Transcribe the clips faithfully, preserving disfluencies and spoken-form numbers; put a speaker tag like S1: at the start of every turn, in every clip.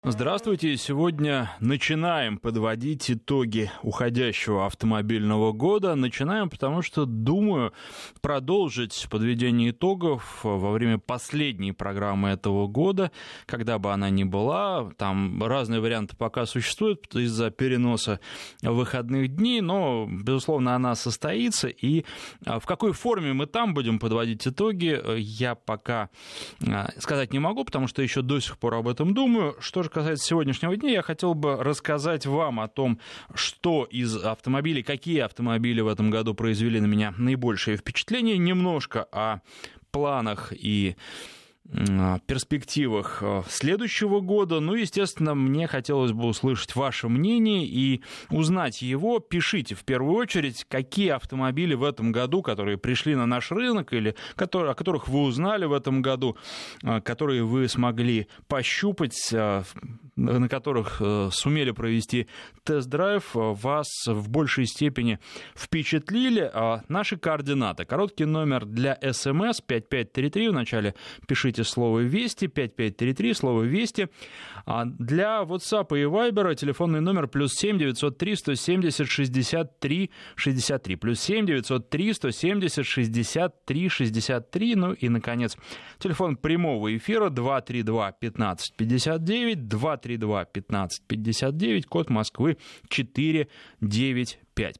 S1: Здравствуйте. Сегодня начинаем подводить итоги уходящего автомобильного года. Начинаем, потому что думаю продолжить подведение итогов во время последней программы этого года, когда бы она ни была. Там разные варианты пока существуют из-за переноса выходных дней, но, безусловно, она состоится. И в какой форме мы там будем подводить итоги, я пока сказать не могу, потому что еще до сих пор об этом думаю. Что же касается сегодняшнего дня, я хотел бы рассказать вам о том, что из автомобилей, какие автомобили в этом году произвели на меня наибольшее впечатление, немножко о планах и перспективах следующего года. Ну, естественно, мне хотелось бы услышать ваше мнение и узнать его. Пишите в первую очередь, какие автомобили в этом году, которые пришли на наш рынок или которые, о которых вы узнали в этом году, которые вы смогли пощупать, на которых сумели провести тест-драйв, вас в большей степени впечатлили. Наши координаты. Короткий номер для СМС пять пять три три. Вначале пишите слово «Вести», пять пять три три, слово «Вести». Для WhatsApp и Viber телефонный номер плюс семь девятьсот три сто семьдесят шестьдесят три шестьдесят три, плюс семь девятьсот три сто семьдесят шестьдесят три шестьдесят три. Ну и, наконец, телефон прямого эфира два три два пятнадцать пятьдесят девять, два три два пятнадцать пятьдесят девять, код Москвы четыреста девяносто пять.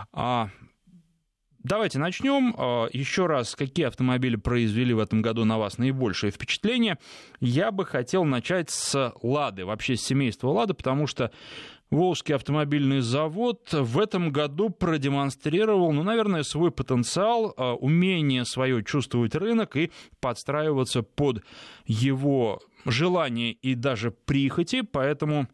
S1: Давайте начнем. Еще раз, какие автомобили произвели в этом году на вас наибольшее впечатление? Я бы хотел начать с «Лады», вообще с семейства «Лада», потому что Волжский автомобильный завод в этом году продемонстрировал, ну, наверное, свой потенциал, умение свое чувствовать рынок и подстраиваться под его желания и даже прихоти, поэтому...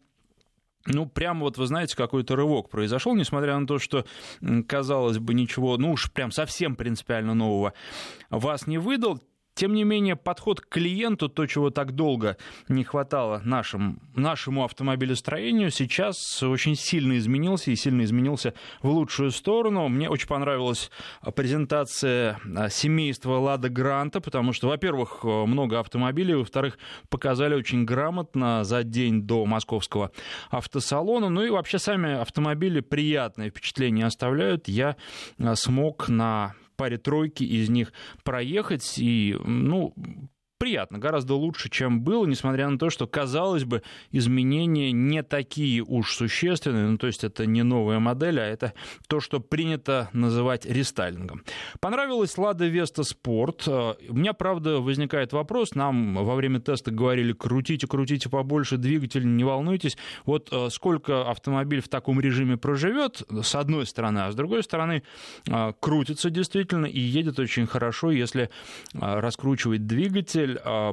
S1: Ну, прямо вот, вы знаете, какой-то рывок произошел, несмотря на то, что, казалось бы, ничего, ну уж прям совсем принципиально нового вас не выдал. Тем не менее, подход к клиенту, то, чего так долго не хватало нашим, нашему автомобилестроению, сейчас очень сильно изменился, и сильно изменился в лучшую сторону. Мне очень понравилась презентация семейства «Лада Гранта», потому что, во-первых, много автомобилей, во-вторых, показали очень грамотно за день до московского автосалона. Ну и вообще сами автомобили приятное впечатление оставляют. Я смог на паре тройки из них проехать, и, ну, приятно, гораздо лучше, чем было, несмотря на то, что, казалось бы, изменения не такие уж существенные, ну, то есть это не новая модель, а это то, что принято называть рестайлингом. Понравилась «Лада Веста Спорт». У меня, правда, возникает вопрос, нам во время теста говорили, крутите, крутите побольше двигатель, не волнуйтесь, вот сколько автомобиль в таком режиме проживет, с одной стороны, а с другой стороны, крутится действительно и едет очень хорошо, если раскручивать двигатель.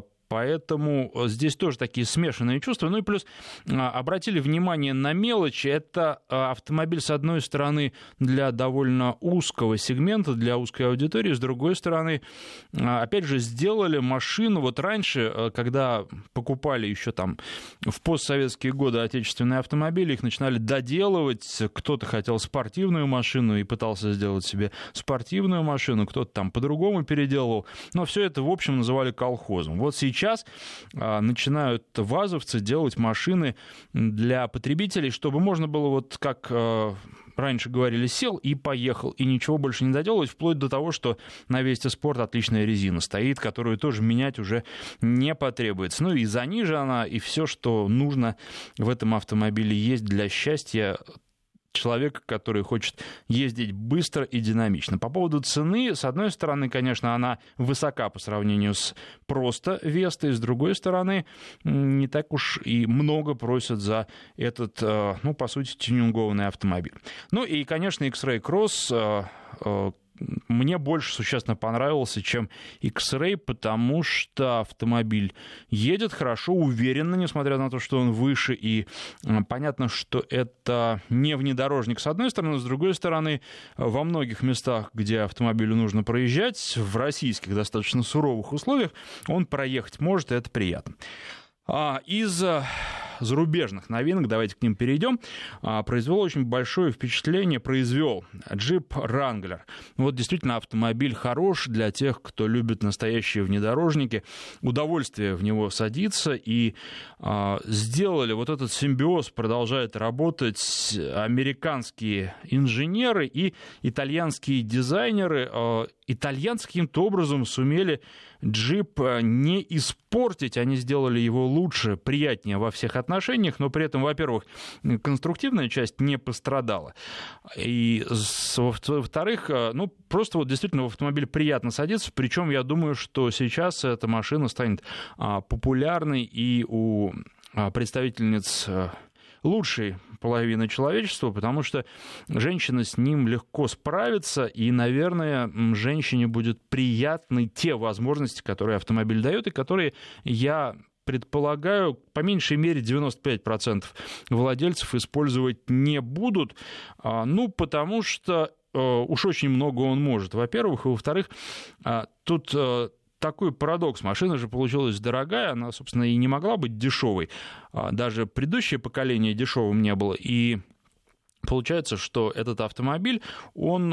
S1: Поэтому здесь тоже такие смешанные чувства. Ну и плюс обратили внимание на мелочи. Это автомобиль, с одной стороны, для довольно узкого сегмента, для узкой аудитории, с другой стороны, опять же, сделали машину. Вот раньше, когда покупали еще там в постсоветские годы отечественные автомобили, их начинали доделывать. Кто-то хотел спортивную машину и пытался сделать себе спортивную машину, кто-то там по-другому переделывал. Но все это, в общем, называли колхозом. Вот сейчас Сейчас начинают вазовцы делать машины для потребителей, чтобы можно было, вот как раньше говорили, сел и поехал, и ничего больше не доделывать, вплоть до того, что на Весте Спорт отличная резина стоит, которую тоже менять уже не потребуется. Ну и за ниже она, и все, что нужно в этом автомобиле есть для счастья человека, который хочет ездить быстро и динамично. По поводу цены, с одной стороны, конечно, она высока по сравнению с просто Вестой, с другой стороны, не так уж и много просят за этот, ну, по сути, тюнингованный автомобиль. Ну и, конечно, X-Ray Cross мне больше существенно понравился, чем X-Ray, потому что автомобиль едет хорошо, уверенно, несмотря на то, что он выше, и понятно, что это не внедорожник с одной стороны, с другой стороны, во многих местах, где автомобилю нужно проезжать, в российских достаточно суровых условиях, он проехать может, и это приятно. Из зарубежных новинок, давайте к ним перейдем, произвело очень большое впечатление, произвел Jeep Wrangler. Вот действительно автомобиль хорош для тех, кто любит настоящие внедорожники, удовольствие в него садиться, и а, сделали вот этот симбиоз, продолжает работать американские инженеры и итальянские дизайнеры. А, итальянцы каким-то образом сумели джип не испортить, они сделали его лучше, приятнее во всех отношениях, но при этом, во-первых, конструктивная часть не пострадала, и, во-вторых, ну, просто вот действительно в автомобиль приятно садиться, причем я думаю, что сейчас эта машина станет популярной и у представительниц лучшей половины человечества, потому что женщина с ним легко справится, и, наверное, женщине будет приятны те возможности, которые автомобиль дает, и которые, я предполагаю, по меньшей мере девяносто пять процентов владельцев использовать не будут, ну, потому что уж очень много он может, во-первых, и, во-вторых, тут такой парадокс. Машина же получилась дорогая, она, собственно, и не могла быть дешевой. Даже предыдущее поколение дешевым не было. И получается, что этот автомобиль, он,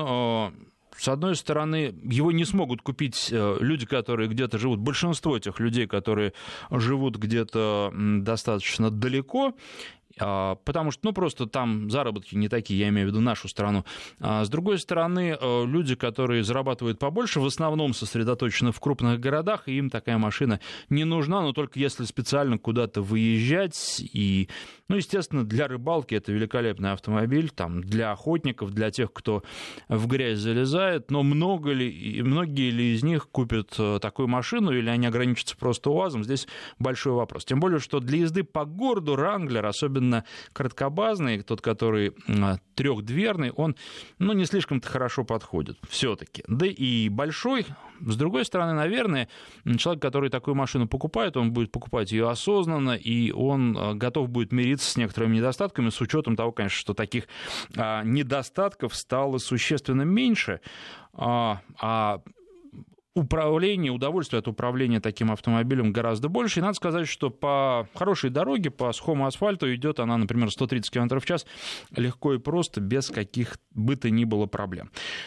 S1: с одной стороны, его не смогут купить люди, которые где-то живут. Большинство тех людей, которые живут где-то достаточно далеко, потому что, ну, просто там заработки не такие, я имею в виду нашу страну. А с другой стороны, люди, которые зарабатывают побольше, в основном сосредоточены в крупных городах, и им такая машина не нужна, но только если специально куда-то выезжать. И, ну, естественно, для рыбалки это великолепный автомобиль, там, для охотников, для тех, кто в грязь залезает, но много ли, многие ли из них купят такую машину, или они ограничатся просто УАЗом, здесь большой вопрос. Тем более, что для езды по городу Wrangler, особенно краткобазный, тот, который трехдверный, он, ну, не слишком-то хорошо подходит все-таки. Да и большой, с другой стороны, наверное, человек, который такую машину покупает, он будет покупать ее осознанно, и он готов будет мириться с некоторыми недостатками, с учетом того, конечно, что таких недостатков стало существенно меньше, а, а управление, удовольствие от управления таким автомобилем гораздо больше. И надо сказать, что по хорошей дороге, по сухому асфальту идет она, например, сто тридцать километров в час легко и просто, без каких бы то ни было проблем.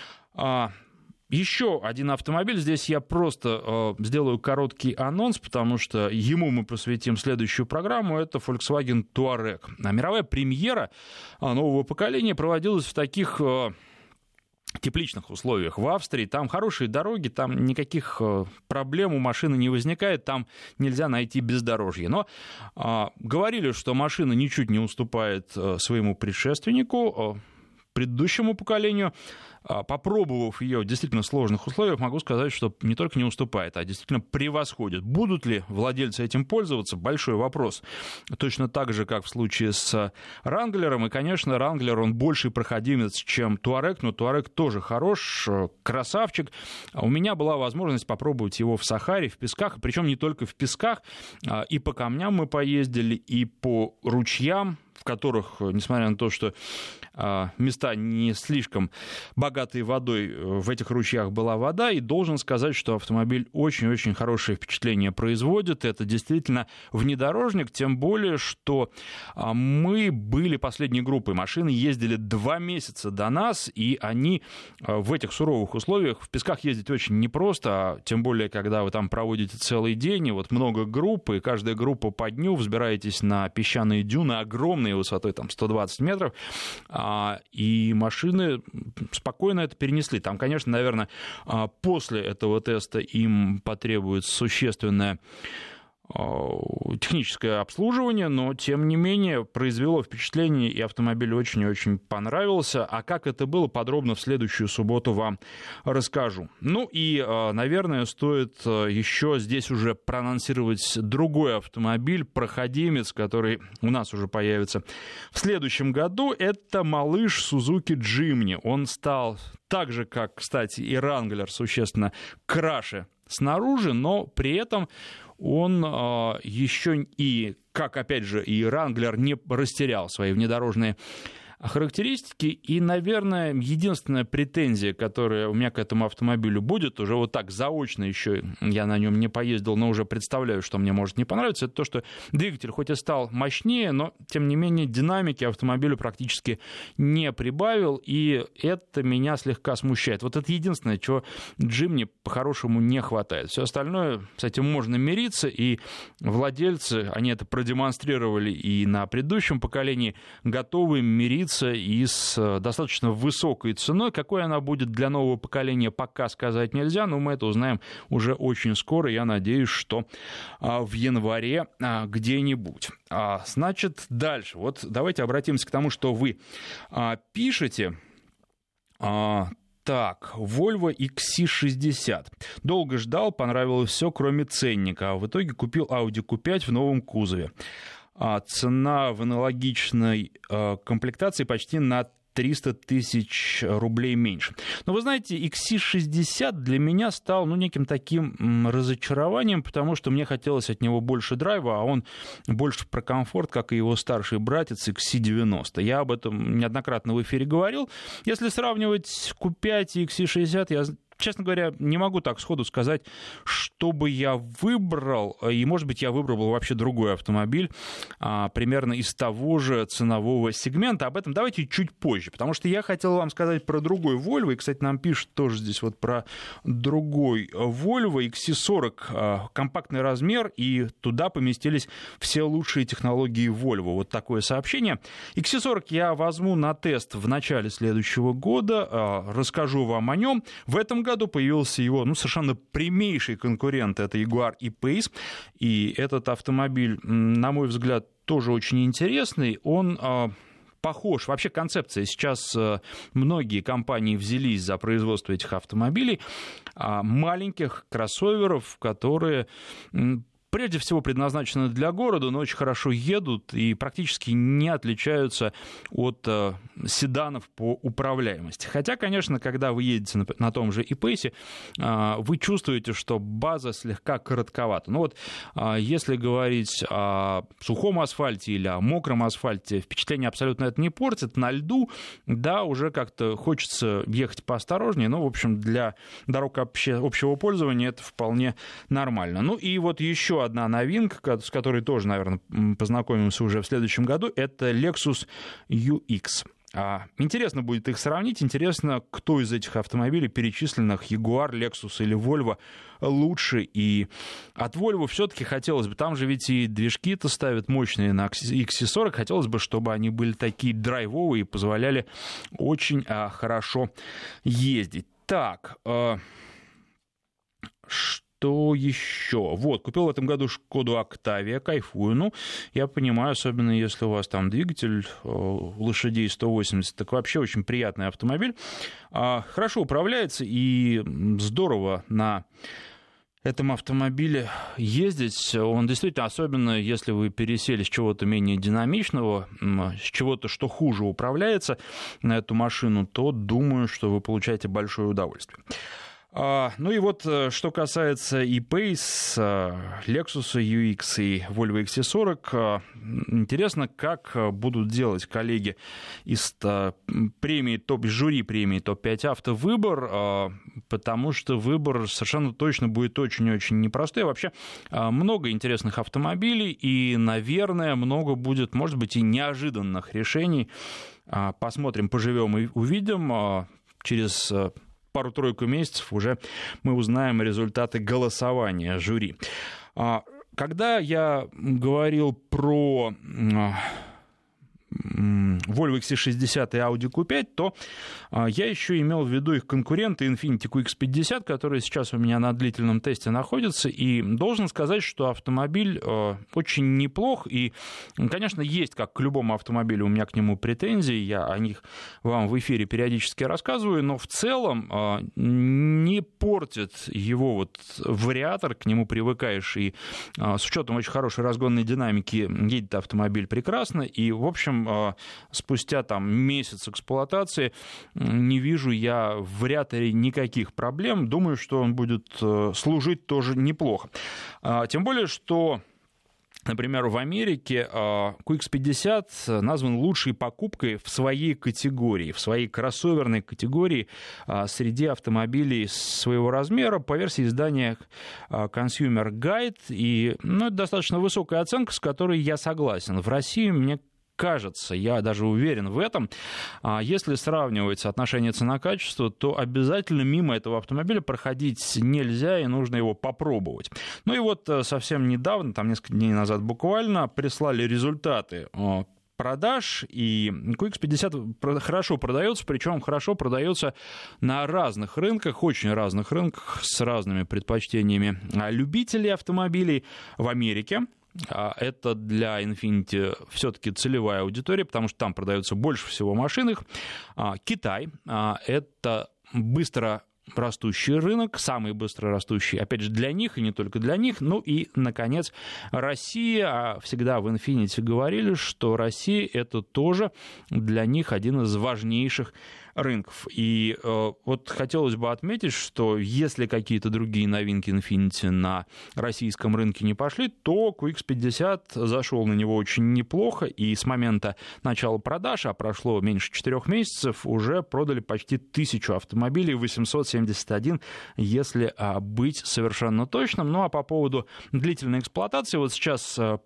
S1: Еще один автомобиль, здесь я просто э, сделаю короткий анонс, потому что ему мы посвятим следующую программу, это Volkswagen Touareg. А мировая премьера нового поколения проводилась в таких Э, тепличных условиях в Австрии, там хорошие дороги, там никаких проблем у машины не возникает, там нельзя найти бездорожье. Но а, говорили, что машина ничуть не уступает а, своему предшественнику, а, предыдущему поколению. Попробовав ее в действительно сложных условиях, могу сказать, что не только не уступает, а действительно превосходит. Будут ли владельцы этим пользоваться? Большой вопрос. Точно так же, как в случае с Wrangler'ом. И, конечно, Wrangler, он больший проходимец, чем Touareg, но Touareg тоже хорош, красавчик. У меня была возможность попробовать его в Сахаре, в песках, причем не только в песках. И по камням мы поездили, и по ручьям, в которых, несмотря на то, что места не слишком богатые водой, в этих ручьях была вода, и должен сказать, что автомобиль очень-очень хорошее впечатление производит. Это действительно внедорожник, тем более, что мы были последней группой. Машины ездили два месяца до нас, и они в этих суровых условиях, в песках ездить очень непросто, а тем более, когда вы там проводите целый день, и вот много групп, и каждая группа по дню, взбираетесь на песчаные дюны, огромные высотой, там, сто двадцать метров, и машины спокойно это перенесли. Там, конечно, наверное, после этого теста им потребуется существенное техническое обслуживание, но, тем не менее, произвело впечатление, и автомобиль очень и очень понравился. А как это было, подробно в следующую субботу вам расскажу. Ну и, наверное, стоит еще здесь уже проанонсировать другой автомобиль, проходимец, который у нас уже появится в следующем году. Это малыш Suzuki Jimny. Он стал так же, как, кстати, и Wrangler, существенно краше снаружи, но при этом он э, еще и, как, опять же, и Wrangler, не растерял свои внедорожные характеристики. И, наверное, единственная претензия, которая у меня к этому автомобилю будет, уже вот так заочно еще я на нем не поездил, но уже представляю, что мне может не понравиться, это то, что двигатель хоть и стал мощнее, но, тем не менее, динамики автомобилю практически не прибавил, и это меня слегка смущает. Вот это единственное, чего Джимни по-хорошему не хватает. Все остальное, с этим можно мириться, и владельцы, они это продемонстрировали и на предыдущем поколении, готовы мириться и с достаточно высокой ценой. Какой она будет для нового поколения, пока сказать нельзя, но мы это узнаем уже очень скоро. Я надеюсь, что в январе где-нибудь. Значит, дальше. Вот давайте обратимся к тому, что вы пишете. Так, Volvo икс си шестьдесят. Долго ждал, понравилось все, кроме ценника. А в итоге купил Audi кью пять в новом кузове. А цена в аналогичной э, комплектации почти на триста тысяч рублей меньше. Но вы знаете, икс си шестьдесят для меня стал ну, неким таким разочарованием, потому что мне хотелось от него больше драйва, а он больше про комфорт, как и его старший братец икс си девяносто. Я об этом неоднократно в эфире говорил. Если сравнивать кью пять и икс си шестьдесят, я... Честно говоря, не могу так сходу сказать, что бы я выбрал, и, может быть, я выбрал бы вообще другой автомобиль, а, примерно из того же ценового сегмента. Об этом давайте чуть позже, потому что я хотел вам сказать про другой Volvo, и, кстати, нам пишут тоже здесь вот про другой Volvo икс си сорок, а, компактный размер, и туда поместились все лучшие технологии Volvo. Вот такое сообщение. икс си сорок я возьму на тест в начале следующего года, а, расскажу вам о нем. В этом году появился его ну, совершенно прямейший конкурент, это Jaguar E-Pace, и этот автомобиль, на мой взгляд, тоже очень интересный, он э, похож, вообще концепция, сейчас э, многие компании взялись за производство этих автомобилей, э, маленьких кроссоверов, которые... Э, прежде всего предназначены для города, но очень хорошо едут и практически не отличаются от э, седанов по управляемости. Хотя, конечно, когда вы едете на, на том же E-Pace, э, вы чувствуете, что база слегка коротковата. Ну вот, э, если говорить о сухом асфальте или о мокром асфальте, впечатление абсолютно это не портит. На льду, да, уже как-то хочется ехать поосторожнее, но, в общем, для дорог обще, общего пользования это вполне нормально. Ну и вот еще одна новинка, с которой тоже, наверное, познакомимся уже в следующем году, это Lexus ю икс. Интересно будет их сравнить, интересно, кто из этих автомобилей, перечисленных, Jaguar, Lexus или Volvo, лучше. И от Volvo все-таки хотелось бы, там же ведь и движки-то ставят мощные на икс си сорок, хотелось бы, чтобы они были такие драйвовые и позволяли очень а, хорошо ездить. Так, а, что? Что еще? Вот, купил в этом году Шкоду Октавия, кайфую. Ну, я понимаю, особенно если у вас там двигатель лошадей сто восемьдесят, так вообще очень приятный автомобиль. Хорошо управляется и здорово на этом автомобиле ездить. Он действительно, особенно если вы пересели с чего-то менее динамичного, с чего-то, что хуже управляется на эту машину, то думаю, что вы получаете большое удовольствие. Ну и вот, что касается E-Pace, Lexus ю икс и Volvo икс си сорок, интересно, как будут делать коллеги из премии топ, жюри премии топ пять авто выбор, потому что выбор совершенно точно будет очень-очень непростой. Вообще много интересных автомобилей и, наверное, много будет, может быть, и неожиданных решений. Посмотрим, поживем и увидим. Через пару-тройку месяцев уже мы узнаем результаты голосования жюри. Когда я говорил про Volvo икс си шестьдесят и Audi кью пять, то я еще имел в виду их конкуренты Infiniti кью икс пятьдесят, которые сейчас у меня на длительном тесте находятся, и должен сказать, что автомобиль очень неплох, и, конечно, есть, как к любому автомобилю, у меня к нему претензии, я о них вам в эфире периодически рассказываю, но в целом не портит его вот вариатор, к нему привыкаешь, и с учетом очень хорошей разгонной динамики едет автомобиль прекрасно, и, в общем, спустя там месяц эксплуатации не вижу я в вариаторе никаких проблем. Думаю, что он будет служить тоже неплохо. Тем более, что Например, в Америке кью икс пятьдесят назван лучшей покупкой в своей категории, в своей кроссоверной категории среди автомобилей своего размера по версии издания Consumer Guide. И, ну, это достаточно высокая оценка, с которой я согласен. В России, мне кажется, я даже уверен в этом, если сравнивать соотношение цена-качество, то обязательно мимо этого автомобиля проходить нельзя, и нужно его попробовать. Ну и вот совсем недавно, там несколько дней назад буквально, прислали результаты продаж, и кью икс пятьдесят хорошо продается, причем хорошо продается на разных рынках, очень разных рынках, с разными предпочтениями любителей автомобилей в Америке. Это для Infiniti все-таки целевая аудитория, потому что там продается больше всего машин их. Китай — это быстро растущий рынок, самый быстро растущий, опять же, для них и не только для них. Ну и, наконец, Россия. Всегда в Infiniti говорили, что Россия — это тоже для них один из важнейших рынков. И э, вот хотелось бы отметить, что если какие-то другие новинки Infiniti на российском рынке не пошли, то кью икс пятьдесят зашел на него очень неплохо, и с момента начала продаж, а прошло меньше четырех месяцев, уже продали почти тысячу автомобилей, восемьсот семьдесят один, если а, быть совершенно точным. Ну а по поводу длительной эксплуатации, вот сейчас а,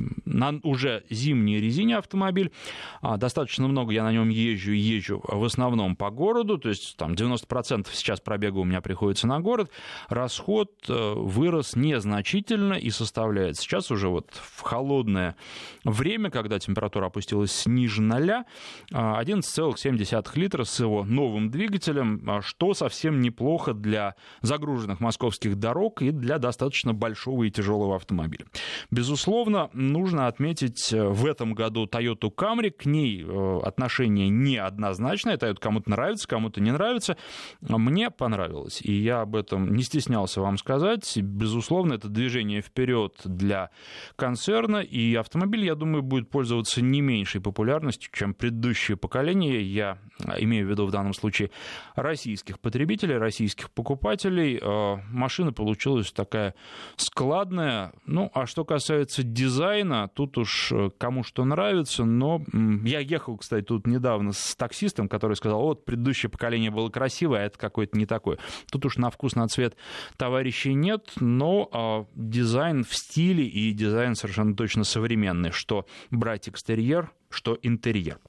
S1: на уже зимней резине автомобиль. Достаточно много я на нем езжу, езжу в основном по городу, то есть там девяносто процентов сейчас пробега у меня приходится на город. Расход вырос незначительно и составляет сейчас уже вот в холодное время, когда температура опустилась ниже ноля, одиннадцать целых семь десятых литра с его новым двигателем, что совсем неплохо для загруженных московских дорог и для достаточно большого и тяжелого автомобиля. Безусловно, нужно отметить в этом году Toyota Camry. К ней отношение неоднозначное. Toyota кому-то нравится, кому-то не нравится. Мне понравилось, и я об этом не стеснялся вам сказать. Безусловно, это движение вперед для концерна, и автомобиль, я думаю, будет пользоваться не меньшей популярностью, чем предыдущее поколение. Я имею в виду в данном случае российских потребителей, российских покупателей. Машина получилась такая складная. Ну, а что касается дизайна, дизайна, тут уж кому что нравится, но я ехал, кстати, тут недавно с таксистом, который сказал: вот, предыдущее поколение было красивое, а это какое-то не такое. Тут уж на вкус, на цвет товарищей нет, но а, дизайн в стиле и дизайн совершенно точно современный, что брать экстерьер, что интерьер.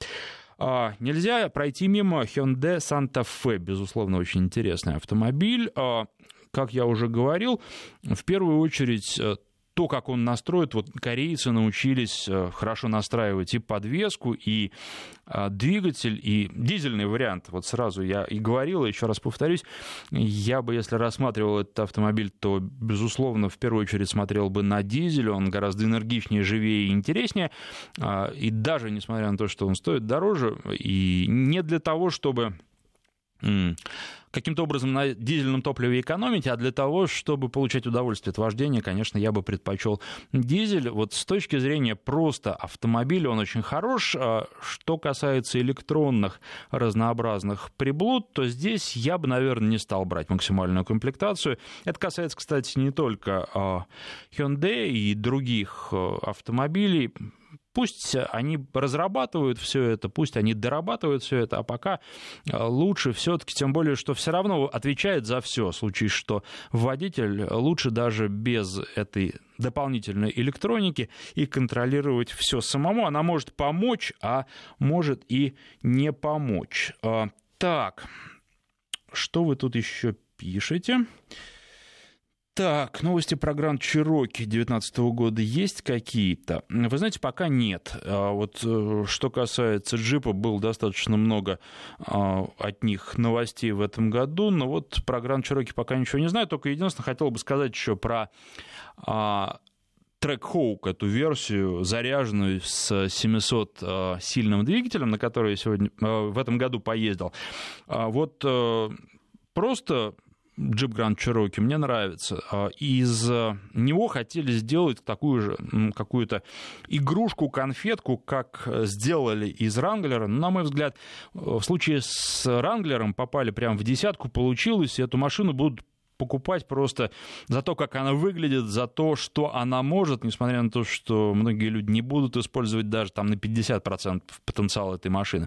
S1: А, нельзя пройти мимо Hyundai Santa Fe, безусловно, очень интересный автомобиль. А, как я уже говорил, в первую очередь то, как он настроит, вот корейцы научились хорошо настраивать и подвеску, и двигатель, и дизельный вариант. Вот сразу я и говорил, еще раз повторюсь, я бы, если рассматривал этот автомобиль, то, безусловно, в первую очередь смотрел бы на дизель, он гораздо энергичнее, живее и интереснее, и даже несмотря на то, что он стоит дороже, и не для того, чтобы каким-то образом на дизельном топливе экономить, а для того, чтобы получать удовольствие от вождения, конечно, я бы предпочел дизель. Вот с точки зрения просто автомобиля он очень хорош. Что касается электронных разнообразных приблуд, то здесь я бы, наверное, не стал брать максимальную комплектацию. Это касается, кстати, не только Hyundai и других автомобилей. Пусть они разрабатывают все это, пусть они дорабатывают все это, а пока лучше все-таки, тем более, что все равно отвечает за все. В случае, что водитель лучше даже без этой дополнительной электроники и контролировать все самому. Она может помочь, а может и не помочь. Так, что вы тут еще пишете? Так, новости про Grand Cherokee две тысячи девятнадцатого года есть какие-то? Вы знаете, пока нет. Вот что касается джипа, было достаточно много от них новостей в этом году, но вот про Grand Cherokee пока ничего не знаю, только единственное, хотел бы сказать еще про Trackhawk, эту версию, заряженную с семисот-сильным двигателем, на который я сегодня, в этом году поездил. Вот просто джип Grand Cherokee мне нравится. Из него хотели сделать такую же какую-то игрушку-конфетку, как сделали из Wrangler. На мой взгляд, в случае с Wrangler попали прямо в десятку, получилось, и эту машину будут покупать просто за то, как она выглядит, за то, что она может, несмотря на то, что многие люди не будут использовать даже там на пятьдесят процентов потенциал этой машины.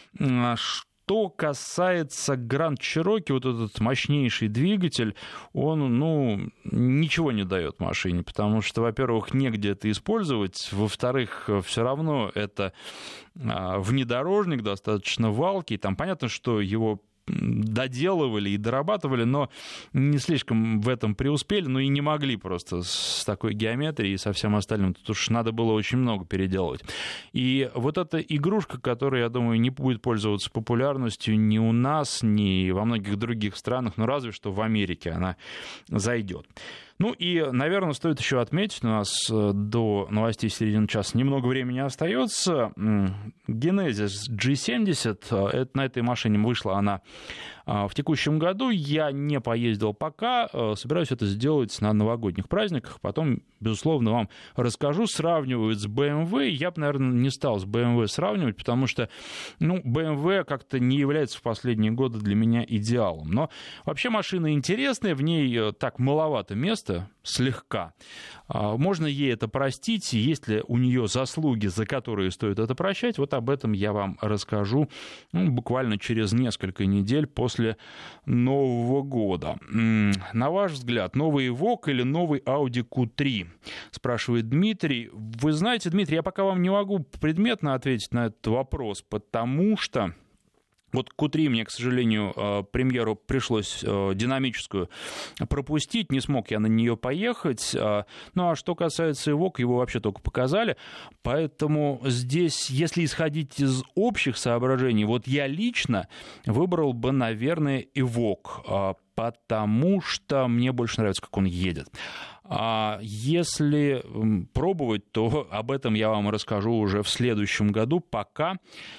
S1: Что касается Grand Cherokee, вот этот мощнейший двигатель, он, ну, ничего не дает машине, потому что, во-первых, негде это использовать, во-вторых, все равно это внедорожник, достаточно валкий, там понятно, что его доделывали и дорабатывали, но не слишком в этом преуспели, ну и не могли просто с такой геометрией и со всем остальным. Тут уж надо было очень много переделывать. И вот эта игрушка, которая, я думаю, не будет пользоваться популярностью ни у нас, ни во многих других странах, ну разве что в Америке она зайдет. Ну и, наверное, стоит еще отметить, у нас до новостей середины часа немного времени остается. Genesis джи семьдесят, на этой машине вышла она в текущем году. Я не поездил пока, собираюсь это сделать на новогодних праздниках. Потом, безусловно, вам расскажу. Сравнивают с бэ эм вэ. Я бы, наверное, не стал с бэ эм вэ сравнивать, потому что, ну, бэ эм вэ как-то не является в последние годы для меня идеалом. Но вообще машина интересная, в ней так маловато места, слегка. Можно ей это простить, есть ли у нее заслуги, за которые стоит это прощать, вот об этом я вам расскажу, ну, буквально через несколько недель после Нового года. На ваш взгляд, новый Evoque или новый Audi кью три? Спрашивает Дмитрий. Вы знаете, Дмитрий, я пока вам не могу предметно ответить на этот вопрос, потому что вот кью три мне, к сожалению, премьеру пришлось динамическую пропустить, не смог я на нее поехать. Ну а что касается Evoque, его вообще только показали, поэтому здесь, если исходить из общих соображений, вот я лично выбрал бы, наверное, Evoque, потому что мне больше нравится, как он едет. А если пробовать, то об этом я вам расскажу уже в следующем году, пока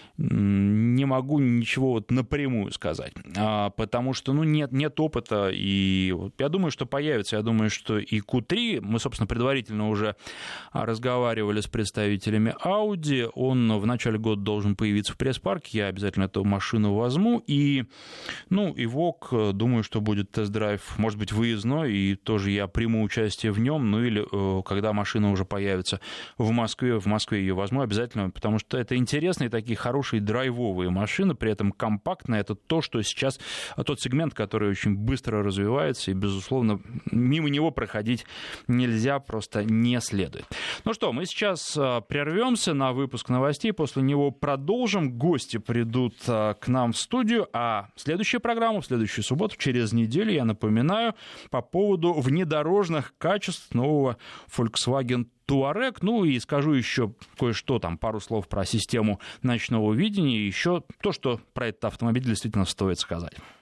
S1: не могу ничего вот напрямую сказать, потому что, ну, нет, нет опыта, и я думаю, что появится, я думаю, что и кью три, мы, собственно, предварительно уже разговаривали с представителями Audi, он в начале года должен появиться в пресс-парке, я обязательно эту машину возьму, и, ну, Evoque, думаю, что будет тест-драйв, может быть, выездной, и тоже я приму участие в нем, ну, или когда машина уже появится в Москве, в Москве ее возьму обязательно, потому что это интересные такие хорошие драйвовые машины, при этом компактные. Это то, что сейчас, тот сегмент, который очень быстро развивается, и, безусловно, мимо него проходить нельзя, просто не следует. Ну что, мы сейчас прервемся на выпуск новостей, после него продолжим. Гости придут к нам в студию, а следующая программа в следующую субботу, через неделю, я напоминаю, по поводу внедорожных качеств нового Volkswagen Touareg. Ну и скажу еще кое-что, там, пару слов про систему ночного видения, и еще то, что про этот автомобиль действительно стоит сказать.